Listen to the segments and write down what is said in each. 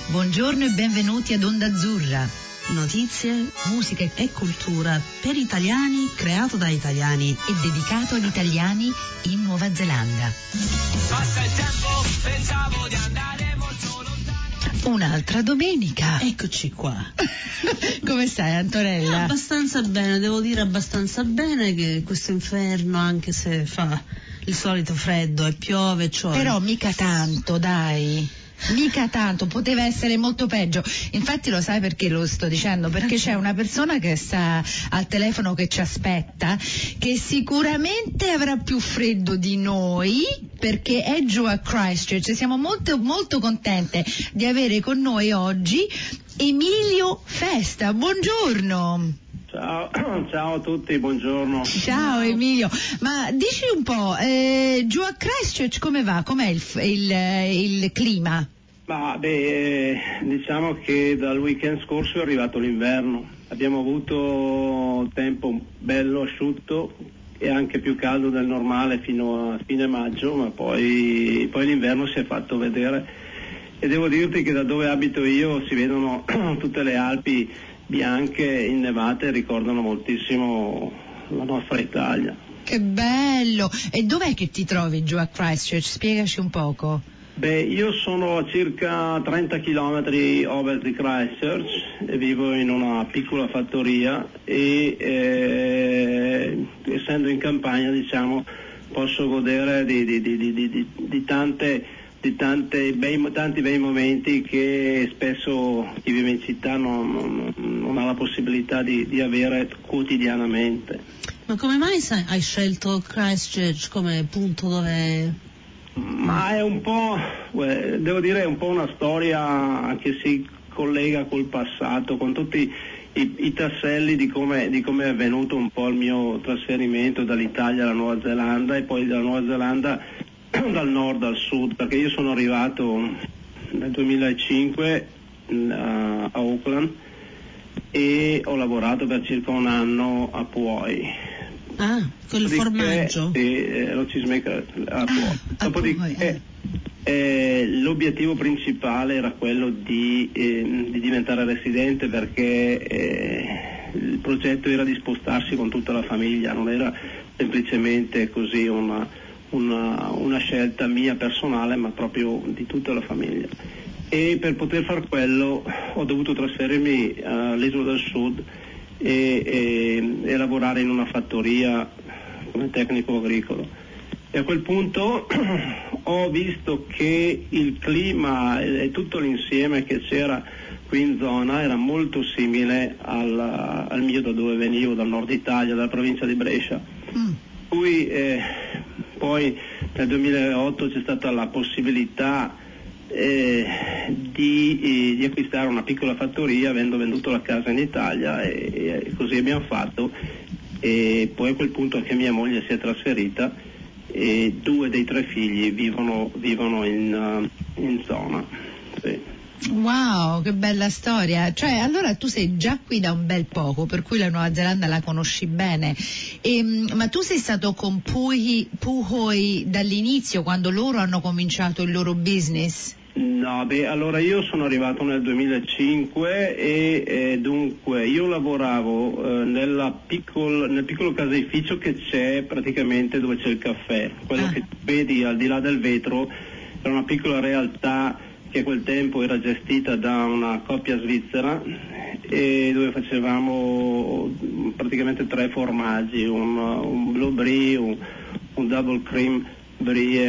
Buongiorno e benvenuti ad Onda Azzurra. Notizie, musica e cultura per italiani, creato da italiani e dedicato agli italiani in Nuova Zelanda. Passa il tempo, pensavo di andare molto lontano. Un'altra domenica. Eccoci qua. Come stai, Antonella? Abbastanza bene, devo dire abbastanza bene, che questo inferno, anche se fa il solito freddo e piove, Però mica tanto, dai. Mica tanto, poteva essere molto peggio. Infatti lo sai perché lo sto dicendo? Perché c'è una persona che sta al telefono che ci aspetta, che sicuramente avrà più freddo di noi, perché è giù a Christchurch. Siamo molto molto contente di avere con noi oggi Emilio Festa. Buongiorno. Ciao a tutti, buongiorno. Ciao Emilio, ma dici un po', giù a Christchurch come va? Com'è il clima? Diciamo che dal weekend scorso è arrivato l'inverno. Abbiamo avuto tempo bello asciutto e anche più caldo del normale fino a fine maggio, ma poi l'inverno si è fatto vedere. E devo dirti che da dove abito io si vedono tutte le Alpi bianche innevate, ricordano moltissimo la nostra Italia. Che bello! E dov'è che ti trovi giù a Christchurch? Spiegaci un poco. Io sono a circa 30 chilometri ovest di Christchurch e vivo in una piccola fattoria e essendo in campagna, diciamo, posso godere di tanti bei momenti che spesso chi vive in città non ha la possibilità di avere quotidianamente. Ma come mai hai scelto Christchurch come punto dove... Ma è un po', devo dire, è un po' una storia che si collega col passato, con tutti i tasselli di come è avvenuto un po' il mio trasferimento dall'Italia alla Nuova Zelanda e poi dalla Nuova Zelanda dal nord al sud, perché io sono arrivato nel 2005 a Auckland e ho lavorato per circa un anno a Puoi. Quel formaggio? Lo cheesemaker a Puoi. Dopodiché l'obiettivo principale era quello di diventare residente, perché il progetto era di spostarsi con tutta la famiglia, non era semplicemente così una scelta mia personale, ma proprio di tutta la famiglia. E per poter far quello ho dovuto trasferirmi all'isola del sud e lavorare in una fattoria come tecnico agricolo. E a quel punto ho visto che il clima e tutto l'insieme che c'era qui in zona era molto simile al mio, da dove venivo, dal nord Italia, dalla provincia di Brescia. Poi nel 2008 c'è stata la possibilità di acquistare una piccola fattoria, avendo venduto la casa in Italia, e così abbiamo fatto. E poi a quel punto anche mia moglie si è trasferita e 2 dei 3 figli vivono in zona. Sì. Wow, che bella storia. Cioè, allora tu sei già qui da un bel poco, per cui la Nuova Zelanda la conosci bene. Ma tu sei stato con Puhoi dall'inizio, quando loro hanno cominciato il loro business? No, allora io sono arrivato nel 2005 e dunque io lavoravo nel piccolo caseificio che c'è praticamente dove c'è il caffè. Quello che vedi al di là del vetro era una piccola realtà che a quel tempo era gestita da una coppia svizzera e dove facevamo praticamente 3 formaggi, un Blue Brie, un Double Cream Brie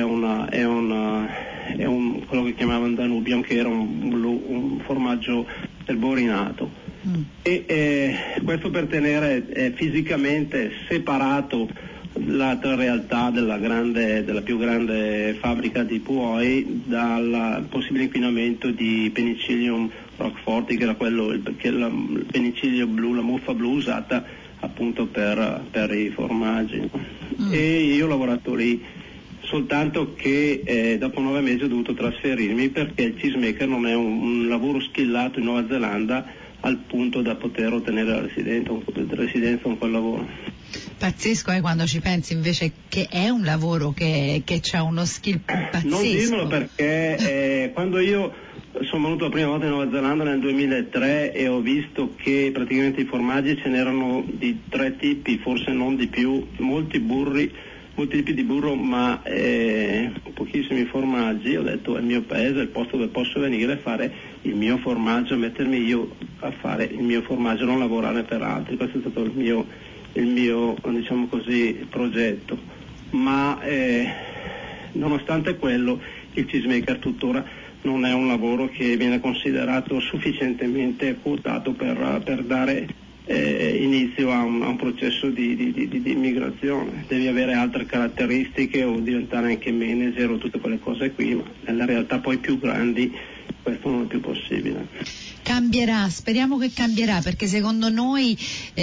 e quello che chiamavano Danubian, che era un formaggio erborinato. E questo per tenere fisicamente separato l'altra realtà della più grande fabbrica di Puoi dal possibile inquinamento di Penicillium roqueforti, che era il penicilio blu, la muffa blu usata appunto per i formaggi. E io ho lavorato lì, soltanto che dopo 9 mesi ho dovuto trasferirmi perché il cheesemaker non è un lavoro skillato in Nuova Zelanda al punto da poter ottenere la residenza con quel lavoro. Pazzesco, quando ci pensi invece che è un lavoro che c'ha uno skill pazzesco. Non dirmelo, perché quando io sono venuto la prima volta in Nuova Zelanda nel 2003 e ho visto che praticamente i formaggi ce n'erano di 3 tipi, forse non di più, molti tipi di burro, ma pochissimi formaggi. Ho detto: è il mio paese, è il posto dove posso venire a fare il mio formaggio, mettermi io a fare il mio formaggio, non lavorare per altri. Questo è stato il mio diciamo così, progetto. Ma nonostante quello, il cheesemaker tuttora non è un lavoro che viene considerato sufficientemente quotato per dare inizio a un processo di immigrazione. Devi avere altre caratteristiche o diventare anche manager o tutte quelle cose qui, ma nella realtà poi più grandi questo non è più possibile. Cambierà, speriamo che cambierà, perché secondo noi,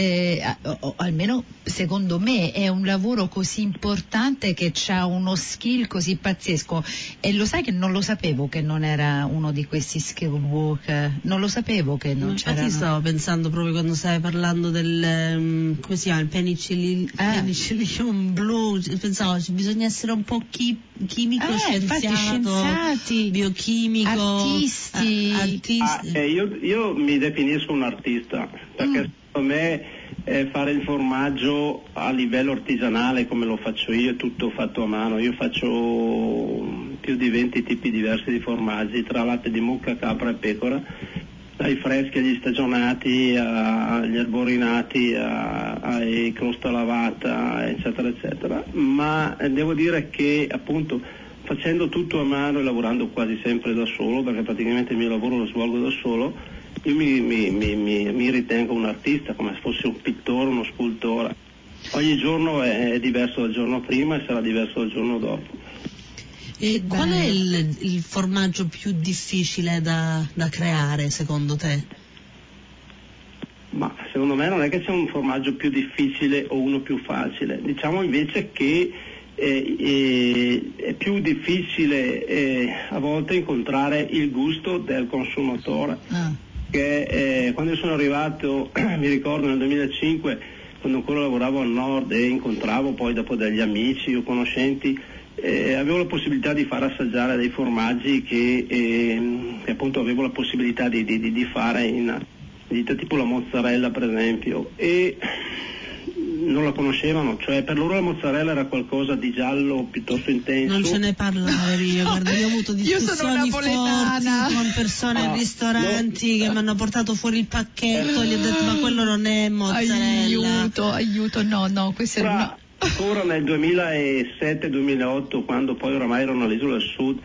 o almeno secondo me, è un lavoro così importante che ha uno skill così pazzesco, e lo sai che non lo sapevo che non era uno di questi skill worker, non lo sapevo che non c'era. Infatti stavo pensando proprio quando stavi parlando del come si chiama, il penicillium blu, pensavo bisogna essere un po' chimico, scienziati, biochimico, artisti. Io mi definisco un artista, perché secondo me fare il formaggio a livello artigianale come lo faccio io è tutto fatto a mano. Io faccio più di 20 tipi diversi di formaggi, tra latte di mucca, capra e pecora, dai freschi agli stagionati, agli arborinati, ai crosta lavata, eccetera eccetera. Ma devo dire che appunto, facendo tutto a mano e lavorando quasi sempre da solo, perché praticamente il mio lavoro lo svolgo da solo, io mi ritengo un artista, come se fossi un pittore, uno scultore. Ogni giorno è diverso dal giorno prima e sarà diverso dal giorno dopo. E qual è il formaggio più difficile da creare, secondo te? Ma secondo me non è che c'è un formaggio più difficile o uno più facile. Diciamo invece che è più difficile a volte incontrare il gusto del consumatore. Che quando io sono arrivato, mi ricordo nel 2005, quando ancora lavoravo al nord e incontravo poi dopo degli amici o conoscenti, avevo la possibilità di far assaggiare dei formaggi che appunto avevo la possibilità di fare in ditta tipo la mozzarella, per esempio, e non la conoscevano, cioè per loro la mozzarella era qualcosa di giallo piuttosto intenso. Non ce ne parlare, guarda, io ho avuto discussioni forti con persone in ristoranti che mi hanno portato fuori il pacchetto e gli ho detto: ma quello non è mozzarella. Aiuto, no, questo è Ancora nel 2007-2008, quando poi oramai ero all'isola del Sud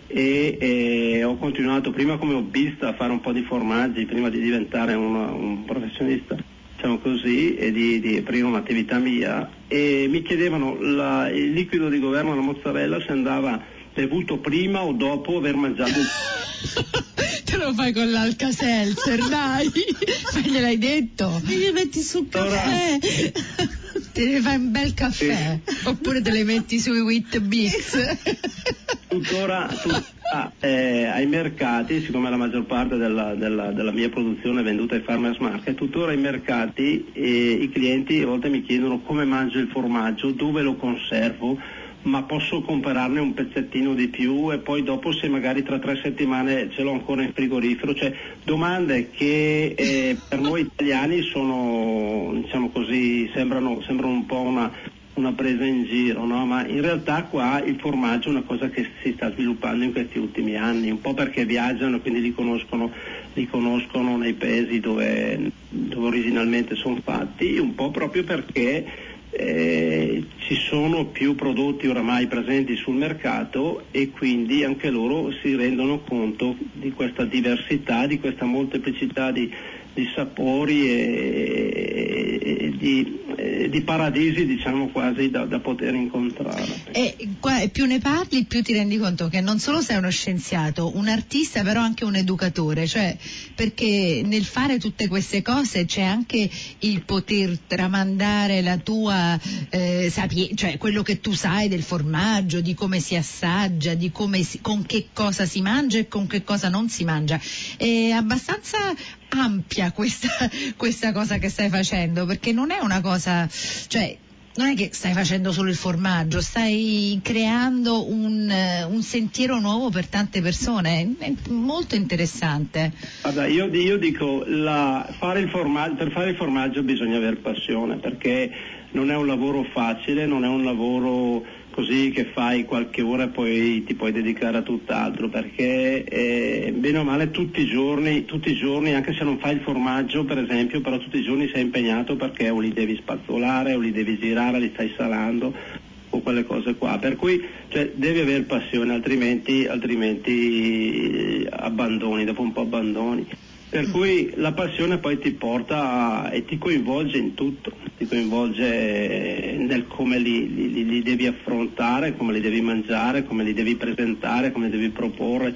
e ho continuato prima come hobbista a fare un po' di formaggi prima di diventare un professionista, diciamo così, e di aprire un'attività mia, e mi chiedevano il liquido di governo della mozzarella se andava bevuto prima o dopo aver mangiato il... Te lo fai con l'Alka-Seltzer, dai, ma gliel'hai detto? E gli metti sul caffè. Te ne fai un bel caffè, oppure te le metti sui Weet-Bix. Tuttora ai mercati, siccome la maggior parte della mia produzione è venduta ai farmers market, tuttora ai mercati i clienti a volte mi chiedono come mangio il formaggio, dove lo conservo, ma posso comprarne un pezzettino di più e poi dopo se magari tra 3 settimane ce l'ho ancora in frigorifero, cioè domande che per noi italiani sono, diciamo così, sembrano un po' una presa in giro, no? Ma in realtà qua il formaggio è una cosa che si sta sviluppando in questi ultimi anni, un po' perché viaggiano e quindi li conoscono nei paesi dove originalmente sono fatti, un po' proprio perché ci sono più prodotti oramai presenti sul mercato e quindi anche loro si rendono conto di questa diversità, di questa molteplicità di sapori e di paradisi, diciamo, quasi da poter incontrare. E più ne parli più ti rendi conto che non solo sei uno scienziato, un artista, però anche un educatore, cioè perché nel fare tutte queste cose c'è anche il poter tramandare la tua cioè quello che tu sai del formaggio, di come si assaggia, di con che cosa si mangia e con che cosa non si mangia. È abbastanza ampia questa cosa che stai facendo, perché non è una cosa, cioè non è che stai facendo solo il formaggio, stai creando un sentiero nuovo per tante persone, è molto interessante. Vabbè, io dico, per fare il formaggio bisogna aver passione, perché non è un lavoro facile, non è un lavoro così che fai qualche ora e poi ti puoi dedicare a tutt'altro, perché bene o male tutti i giorni, anche se non fai il formaggio per esempio, però tutti i giorni sei impegnato, perché o li devi spazzolare o li devi girare, li stai salando o quelle cose qua, per cui devi avere passione, altrimenti abbandoni, dopo un po' abbandoni. Per cui la passione poi ti porta e ti coinvolge in tutto, ti coinvolge nel come li devi affrontare, come li devi mangiare, come li devi presentare, come li devi proporre,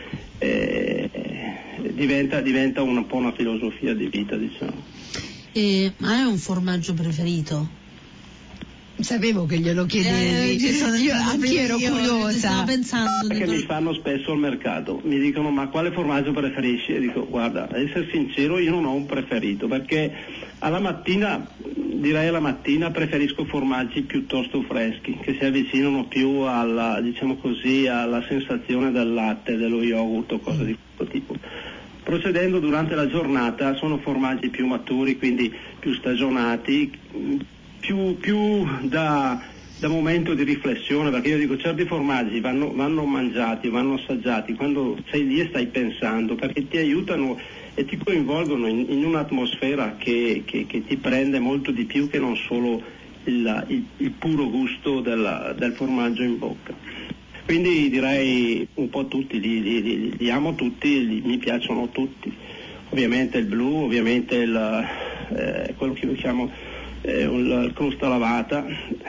diventa un po' una filosofia di vita, diciamo. E hai un formaggio preferito? Sapevo che glielo chiedevi, anch'io ero curiosa. Stavo pensando perché mi fanno spesso al mercato, mi dicono ma quale formaggio preferisci? E dico guarda, ad essere sincero, io non ho un preferito, perché alla mattina preferisco formaggi piuttosto freschi, che si avvicinano più alla, diciamo così, alla sensazione del latte, dello yogurt o cose di questo tipo. Procedendo durante la giornata sono formaggi più maturi, quindi più stagionati, più da momento di riflessione, perché io dico certi formaggi vanno mangiati, vanno assaggiati quando sei lì e stai pensando, perché ti aiutano e ti coinvolgono in un'atmosfera che ti prende molto di più che non solo il puro gusto del formaggio in bocca. Quindi direi un po' tutti, li amo tutti, mi piacciono tutti. Ovviamente il blu, ovviamente quello che io chiamo la crosta lavata.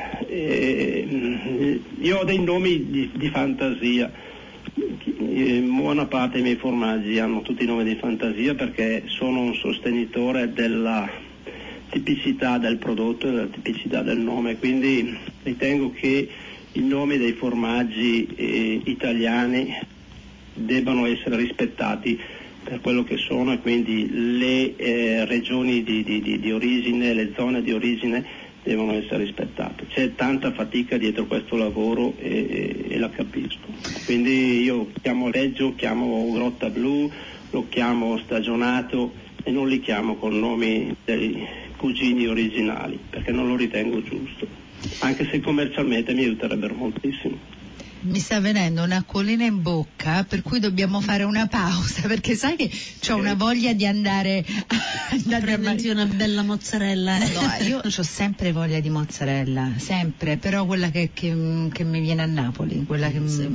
Io ho dei nomi di fantasia, buona parte dei miei formaggi hanno tutti i nomi di fantasia, perché sono un sostenitore della tipicità del prodotto e della tipicità del nome, quindi ritengo che i nomi dei formaggi italiani debbano essere rispettati per quello che sono, e quindi le regioni di origine, le zone di origine devono essere rispettate. C'è tanta fatica dietro questo lavoro e la capisco. Quindi io chiamo Reggio, chiamo Grotta Blu, lo chiamo stagionato e non li chiamo con nomi dei cugini originali, perché non lo ritengo giusto, anche se commercialmente mi aiuterebbero moltissimo. Mi sta venendo un'acquolina in bocca, per cui dobbiamo fare una pausa, perché sai che c'ho una voglia di andare a prendere una bella mozzarella. No, io ho sempre voglia di mozzarella, sempre, però quella che mi viene a Napoli, quella che mi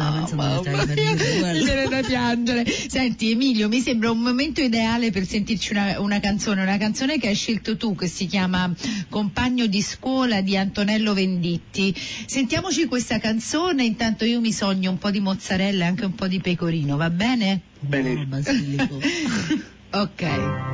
viene da piangere. Senti Emilio, mi sembra un momento ideale per sentirci una canzone che hai scelto tu, che si chiama Compagno di scuola di Antonello Venditti. Sentiamoci questa canzone, intanto io mi sogno un po' di mozzarella e anche un po' di pecorino, va bene? Bene. Basilico. Ok.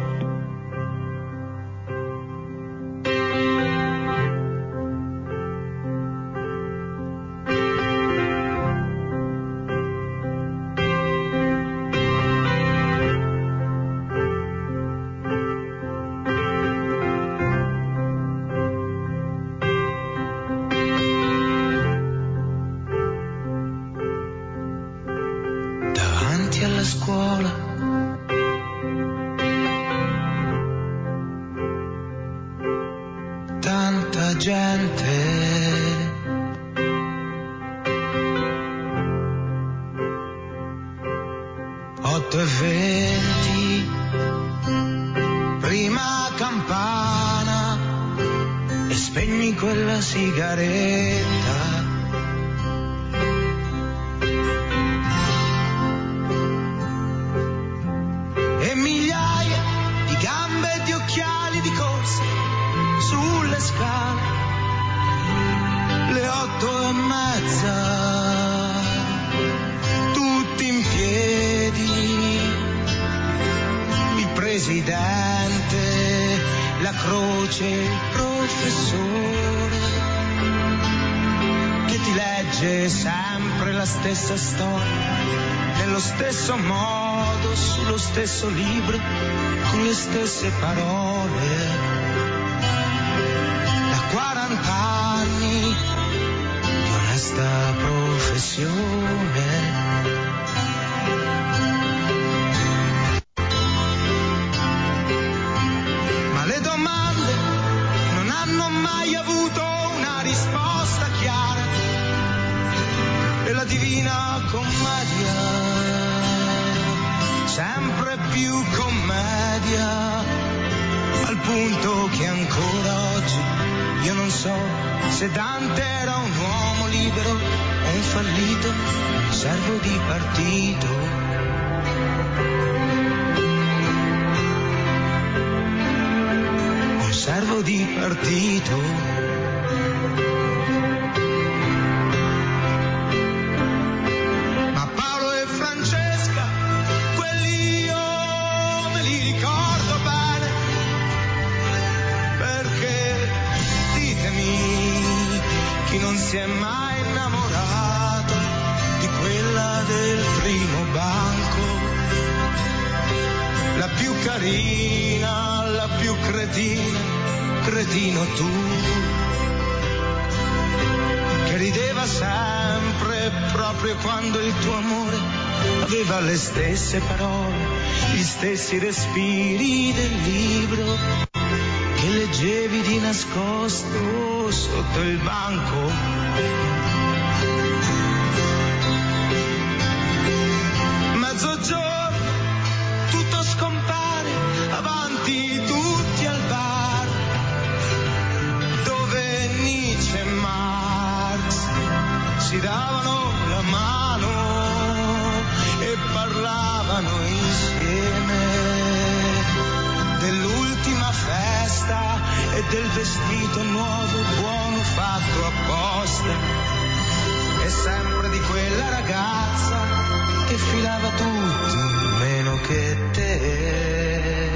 Stesso libro con le stesse parole da 40 anni. questa professione. Ma le domande non hanno mai avuto una risposta chiara, e la divina commedia, sempre più commedia, al punto che ancora oggi io non so se Dante era un uomo libero o un fallito servo di partito. Un servo di partito. Si è mai innamorato di quella del primo banco, la più carina, la più cretina, cretino tu, che rideva sempre proprio quando il tuo amore aveva le stesse parole, gli stessi respiri del libro che leggevi di nascosto sotto il banco. Mezzogiorno, tutto scompare, avanti tutti al bar, dove Nietzsche e Marx si davano la mano e parlavano insieme dell'ultima festa e del vestito nuovo buono fatto apposta, e sempre di quella ragazza che filava tutti meno che te.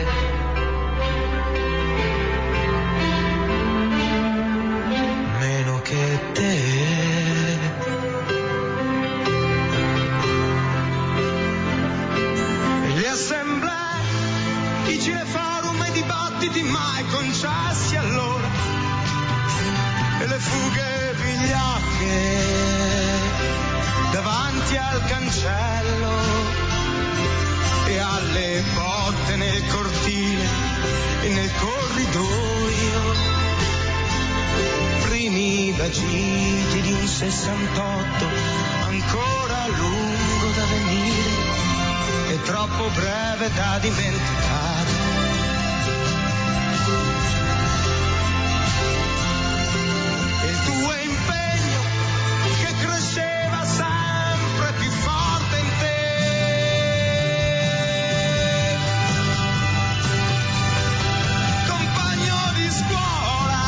Meno che te. Le assemblee, i cineforum e i dibattiti mai concessi allora, e le fughe vigliacche davanti al cancello e alle botte nel cortile e nel corridoio, primi vagiti di un 68 ancora lungo da venire e troppo breve da dimenticare. Il tuo impegno che cresceva sempre più forte in te, compagno di scuola,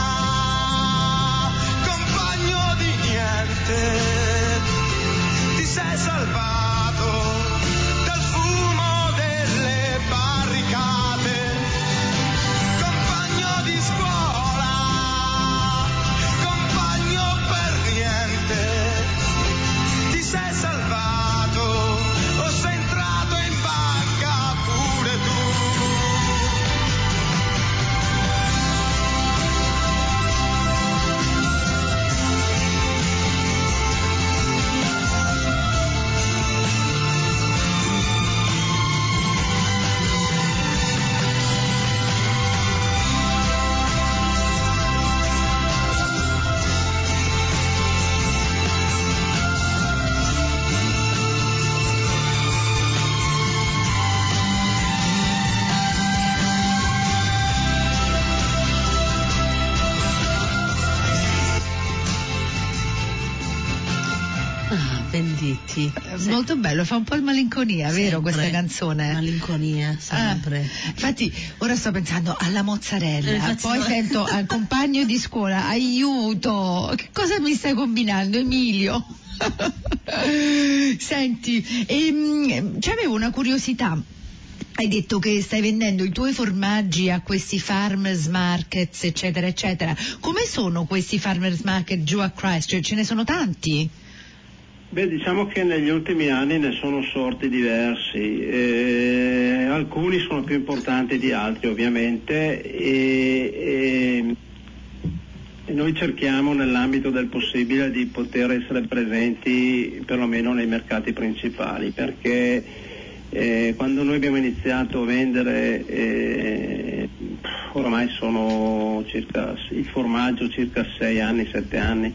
compagno di niente, ti sei salvato dal fumo delle barricate, compagno di scuola, compagno per niente, ti sei salvato, o sei entrato in banca pure tu. Venditti. Molto bello, fa un po' il malinconia, sempre, vero questa canzone? Malinconia, sempre. Infatti ora sto pensando alla mozzarella, poi sento al compagno di scuola, aiuto, che cosa mi stai combinando, Emilio? Senti, c'avevo una curiosità. Hai detto che stai vendendo i tuoi formaggi a questi farmers markets, eccetera, eccetera. Come sono questi farmers market giù a Christchurch? Ce ne sono tanti? Beh, diciamo che negli ultimi anni ne sono sorti diversi, alcuni sono più importanti di altri ovviamente, e noi cerchiamo nell'ambito del possibile di poter essere presenti perlomeno nei mercati principali, perché quando noi abbiamo iniziato a vendere oramai sono il formaggio circa 6 anni, 7 anni,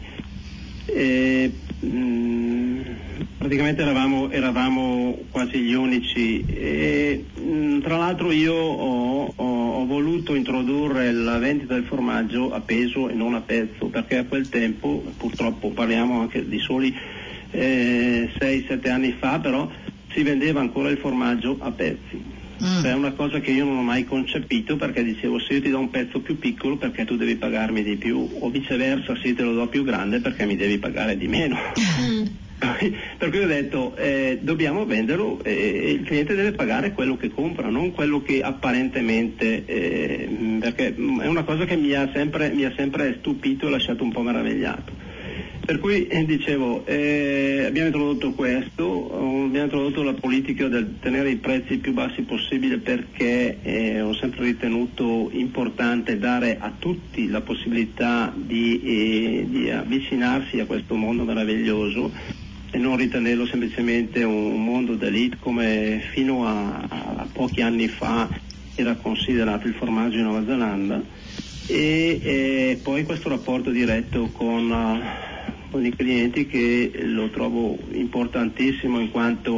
praticamente eravamo quasi gli unici, e tra l'altro io ho voluto introdurre la vendita del formaggio a peso e non a pezzo, perché a quel tempo, purtroppo parliamo anche di soli 6-7 anni fa, però si vendeva ancora il formaggio a pezzi. È una cosa che io non ho mai concepito, perché dicevo, se io ti do un pezzo più piccolo perché tu devi pagarmi di più, o viceversa, se io te lo do più grande perché mi devi pagare di meno. Per cui ho detto dobbiamo venderlo e il cliente deve pagare quello che compra, non quello che apparentemente, perché è una cosa che mi ha sempre stupito e lasciato un po' meravigliato. Per cui dicevo, abbiamo introdotto la politica del tenere i prezzi più bassi possibile, perché ho sempre ritenuto importante dare a tutti la possibilità di avvicinarsi a questo mondo meraviglioso e non ritenerlo semplicemente un mondo d'élite come fino a pochi anni fa era considerato il formaggio in Nuova Zelanda, e poi questo rapporto diretto con i clienti, che lo trovo importantissimo, in quanto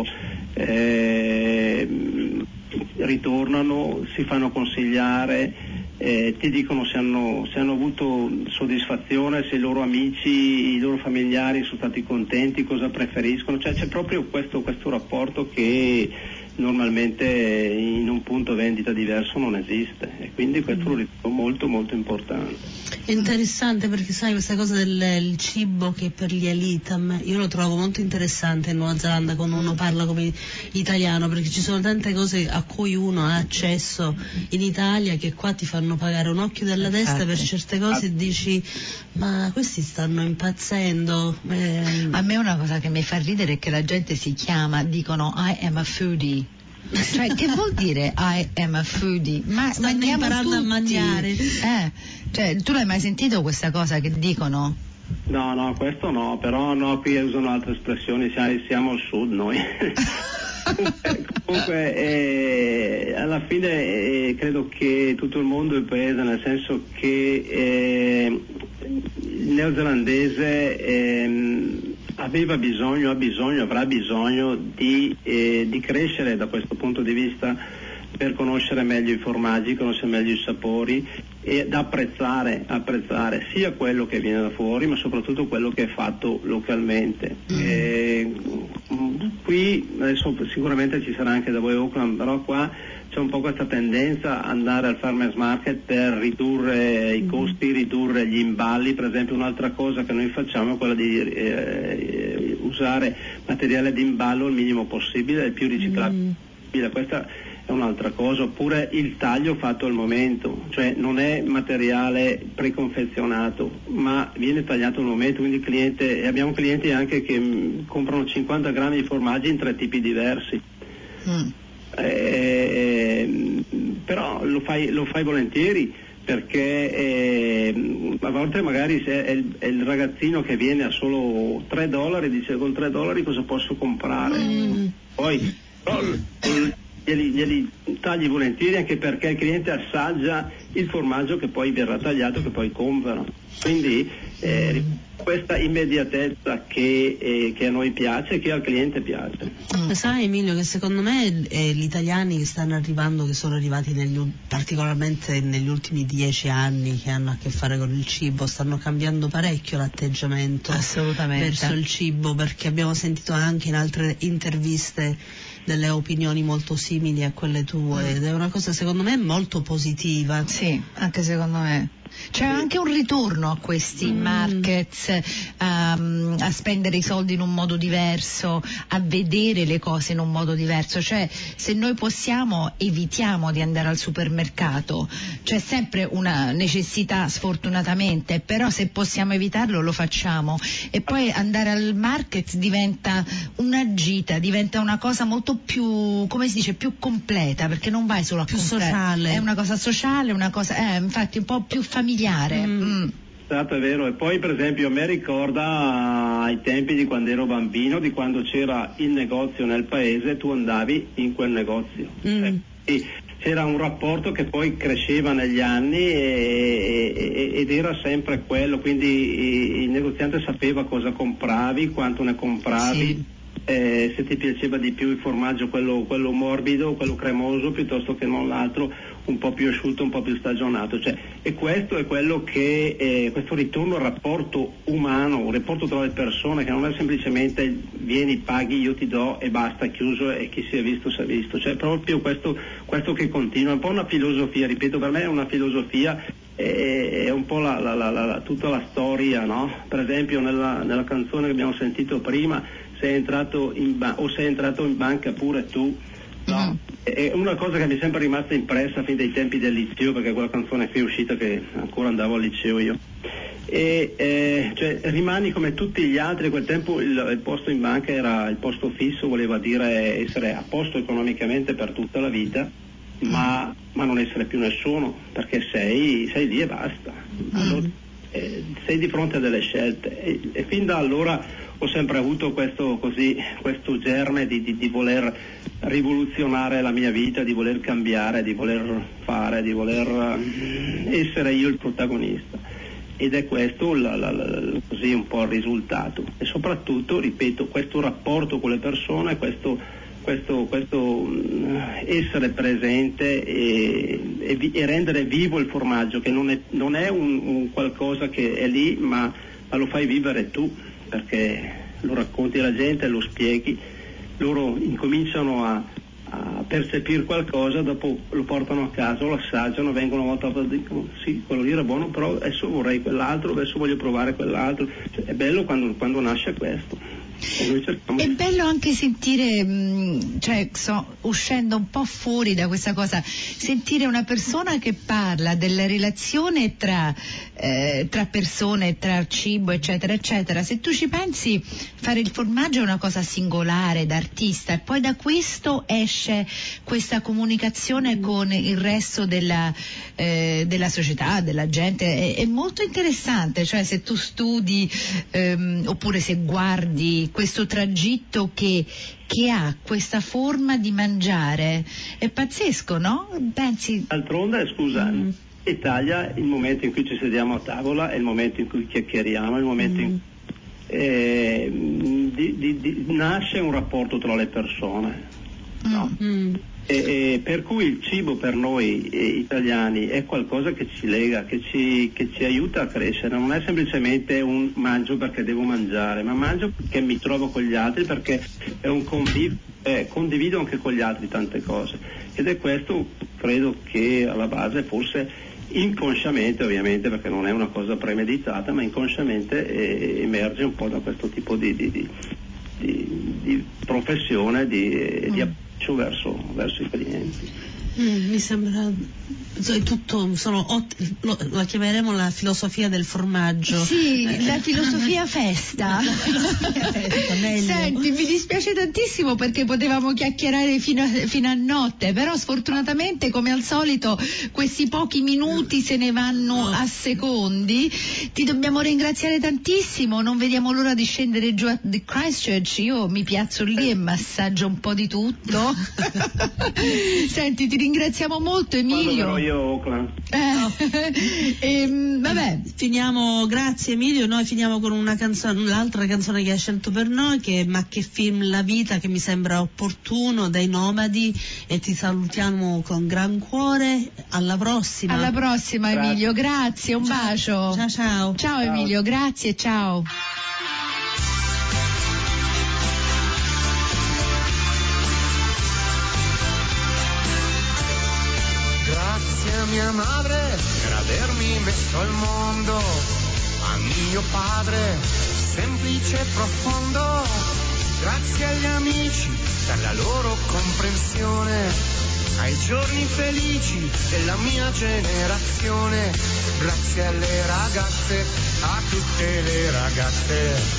ritornano, si fanno consigliare, ti dicono se hanno avuto soddisfazione, se i loro amici, i loro familiari sono stati contenti, cosa preferiscono, cioè c'è proprio questo rapporto che normalmente in un punto vendita diverso non esiste, e quindi questo lo ritengo molto molto importante. È interessante, perché sai, questa cosa del cibo che per gli elite, io lo trovo molto interessante in Nuova Zelanda quando uno parla come italiano, perché ci sono tante cose a cui uno ha accesso in Italia che qua ti fanno pagare un occhio della testa per certe cose, e dici ma questi stanno impazzendo. A me una cosa che mi fa ridere è che la gente dicono I am a foodie. Cioè, che vuol dire I am a foodie? Ma stanno imparando a mangiare. Cioè, tu l'hai mai sentito questa cosa che dicono? No, questo no, però no, qui usano altre espressioni, siamo al sud noi. Comunque alla fine credo che tutto il mondo è il paese, nel senso che il neozelandese avrà bisogno di crescere da questo punto di vista, per conoscere meglio i formaggi, conoscere meglio i sapori ed apprezzare sia quello che viene da fuori, ma soprattutto quello che è fatto localmente. Qui adesso sicuramente ci sarà anche da voi a Auckland, però qua c'è un po' questa tendenza ad andare al farmers market per ridurre i costi, ridurre gli imballi. Per esempio, un'altra cosa che noi facciamo è quella di usare materiale di imballo il minimo possibile, il più riciclabile possibile. Questa è un'altra cosa. Oppure il taglio fatto al momento, cioè non è materiale preconfezionato, ma viene tagliato al momento, quindi abbiamo clienti anche che comprano 50 grammi di formaggi in 3 tipi diversi. Però lo fai volentieri, perché a volte magari se è il ragazzino che viene a solo $3, dice con $3 cosa posso comprare? Poi glieli tagli volentieri, anche perché il cliente assaggia il formaggio che poi verrà tagliato, che poi comprano. Quindi questa immediatezza che a noi piace e che al cliente piace. Sai, Emilio, che secondo me gli italiani che stanno arrivando, che sono arrivati particolarmente negli ultimi 10 anni, che hanno a che fare con il cibo, stanno cambiando parecchio l'atteggiamento verso il cibo, perché abbiamo sentito anche in altre interviste delle opinioni molto simili a quelle tue, ed è una cosa secondo me molto positiva. Sì, anche secondo me. C'è anche un ritorno a questi markets, a spendere i soldi in un modo diverso, a vedere le cose in un modo diverso. Cioè, se noi possiamo, evitiamo di andare al supermercato. C'è sempre una necessità, sfortunatamente, però se possiamo evitarlo lo facciamo. E poi andare al market diventa una gita, diventa una cosa molto più, come si dice, più completa, perché non vai solo a più comprare. Sociale. È una cosa sociale, una cosa, infatti un po' più familiare. Esatto, è vero. E poi per esempio a me ricorda ai tempi di quando ero bambino, di quando c'era il negozio nel paese, tu andavi in quel negozio. E c'era un rapporto che poi cresceva negli anni ed era sempre quello, quindi il negoziante sapeva cosa compravi, quanto ne compravi. Sì. Se ti piaceva di più il formaggio, quello morbido, quello cremoso, piuttosto che non l'altro un po' più asciutto, un po' più stagionato, e questo è quello che questo ritorno al rapporto umano, un rapporto tra le persone, che non è semplicemente vieni, paghi, io ti do e basta, chiuso, e chi si è visto si è visto, proprio questo che continua, è un po' una filosofia, ripeto, per me è una filosofia, è un po' tutta la storia, no? Per esempio nella canzone che abbiamo sentito prima, sei entrato in banca pure tu, no? È una cosa che mi è sempre rimasta impressa fin dai tempi del liceo, perché quella canzone qui è uscita che ancora andavo al liceo io, rimani come tutti gli altri. A quel tempo il posto in banca era il posto fisso, voleva dire essere a posto economicamente per tutta la vita, ma non essere più nessuno, perché sei lì e basta. Allora, sei di fronte a delle scelte, e fin da allora ho sempre avuto questo germe di voler rivoluzionare la mia vita, di voler cambiare, di voler fare, di voler essere io il protagonista, ed è questo così un po' il risultato, e soprattutto, ripeto, questo rapporto con le persone, questo essere presente e rendere vivo il formaggio, che non è un qualcosa che è lì, ma lo fai vivere tu, perché lo racconti alla gente, lo spieghi, loro incominciano a percepire qualcosa, dopo lo portano a casa, lo assaggiano, vengono una volta e dicono sì, quello lì era buono, però adesso vorrei quell'altro, adesso voglio provare quell'altro. È bello quando nasce questo. È bello anche sentire, uscendo un po' fuori da questa cosa, sentire una persona che parla della relazione tra persone, tra cibo, eccetera, eccetera. Se tu ci pensi, fare il formaggio è una cosa singolare, d'artista, e poi da questo esce questa comunicazione con il resto della società, della gente. È molto interessante, cioè se tu studi oppure se guardi questo tragitto che ha questa forma di mangiare, è pazzesco, no? Pensi? D'altronde, scusa, in Italia il momento in cui ci sediamo a tavola è il momento in cui chiacchieriamo, è il momento in cui nasce un rapporto tra le persone, no? E per cui il cibo per noi italiani è qualcosa che ci lega, che ci aiuta a crescere. Non è semplicemente un mangio perché devo mangiare, ma mangio perché mi trovo con gli altri, perché è un condivido anche con gli altri tante cose, ed è questo, credo, che alla base, forse inconsciamente, ovviamente, perché non è una cosa premeditata, ma inconsciamente emerge un po' da questo tipo di professione, di approccio verso i clienti. Mi sembra tutto, la chiameremo la filosofia del formaggio. Sì, la filosofia festa. Senti, mi dispiace tantissimo perché potevamo chiacchierare fino a notte, però sfortunatamente, come al solito, questi pochi minuti se ne vanno a secondi. Ti dobbiamo ringraziare tantissimo, non vediamo l'ora di scendere giù a Christchurch. Io mi piazzo lì e massaggio un po' di tutto. Senti, ti ringraziamo molto, Emilio. Io vabbè, grazie Emilio, noi finiamo con l'altra canzone che hai scelto per noi, che è Ma che film la vita, che mi sembra opportuno, dai Nomadi, e ti salutiamo con gran cuore. Alla prossima. Alla prossima, Emilio, grazie, un bacio. Ciao Emilio, grazie, ciao. Mia madre per avermi messo al mondo, a mio padre semplice e profondo, grazie agli amici per la loro comprensione, ai giorni felici della mia generazione, grazie alle ragazze, a tutte le ragazze.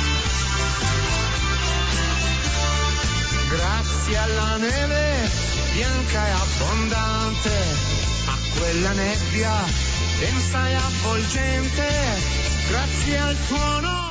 Grazie alla neve bianca e abbondante, a quella nebbia densa e avvolgente, grazie al tuo nome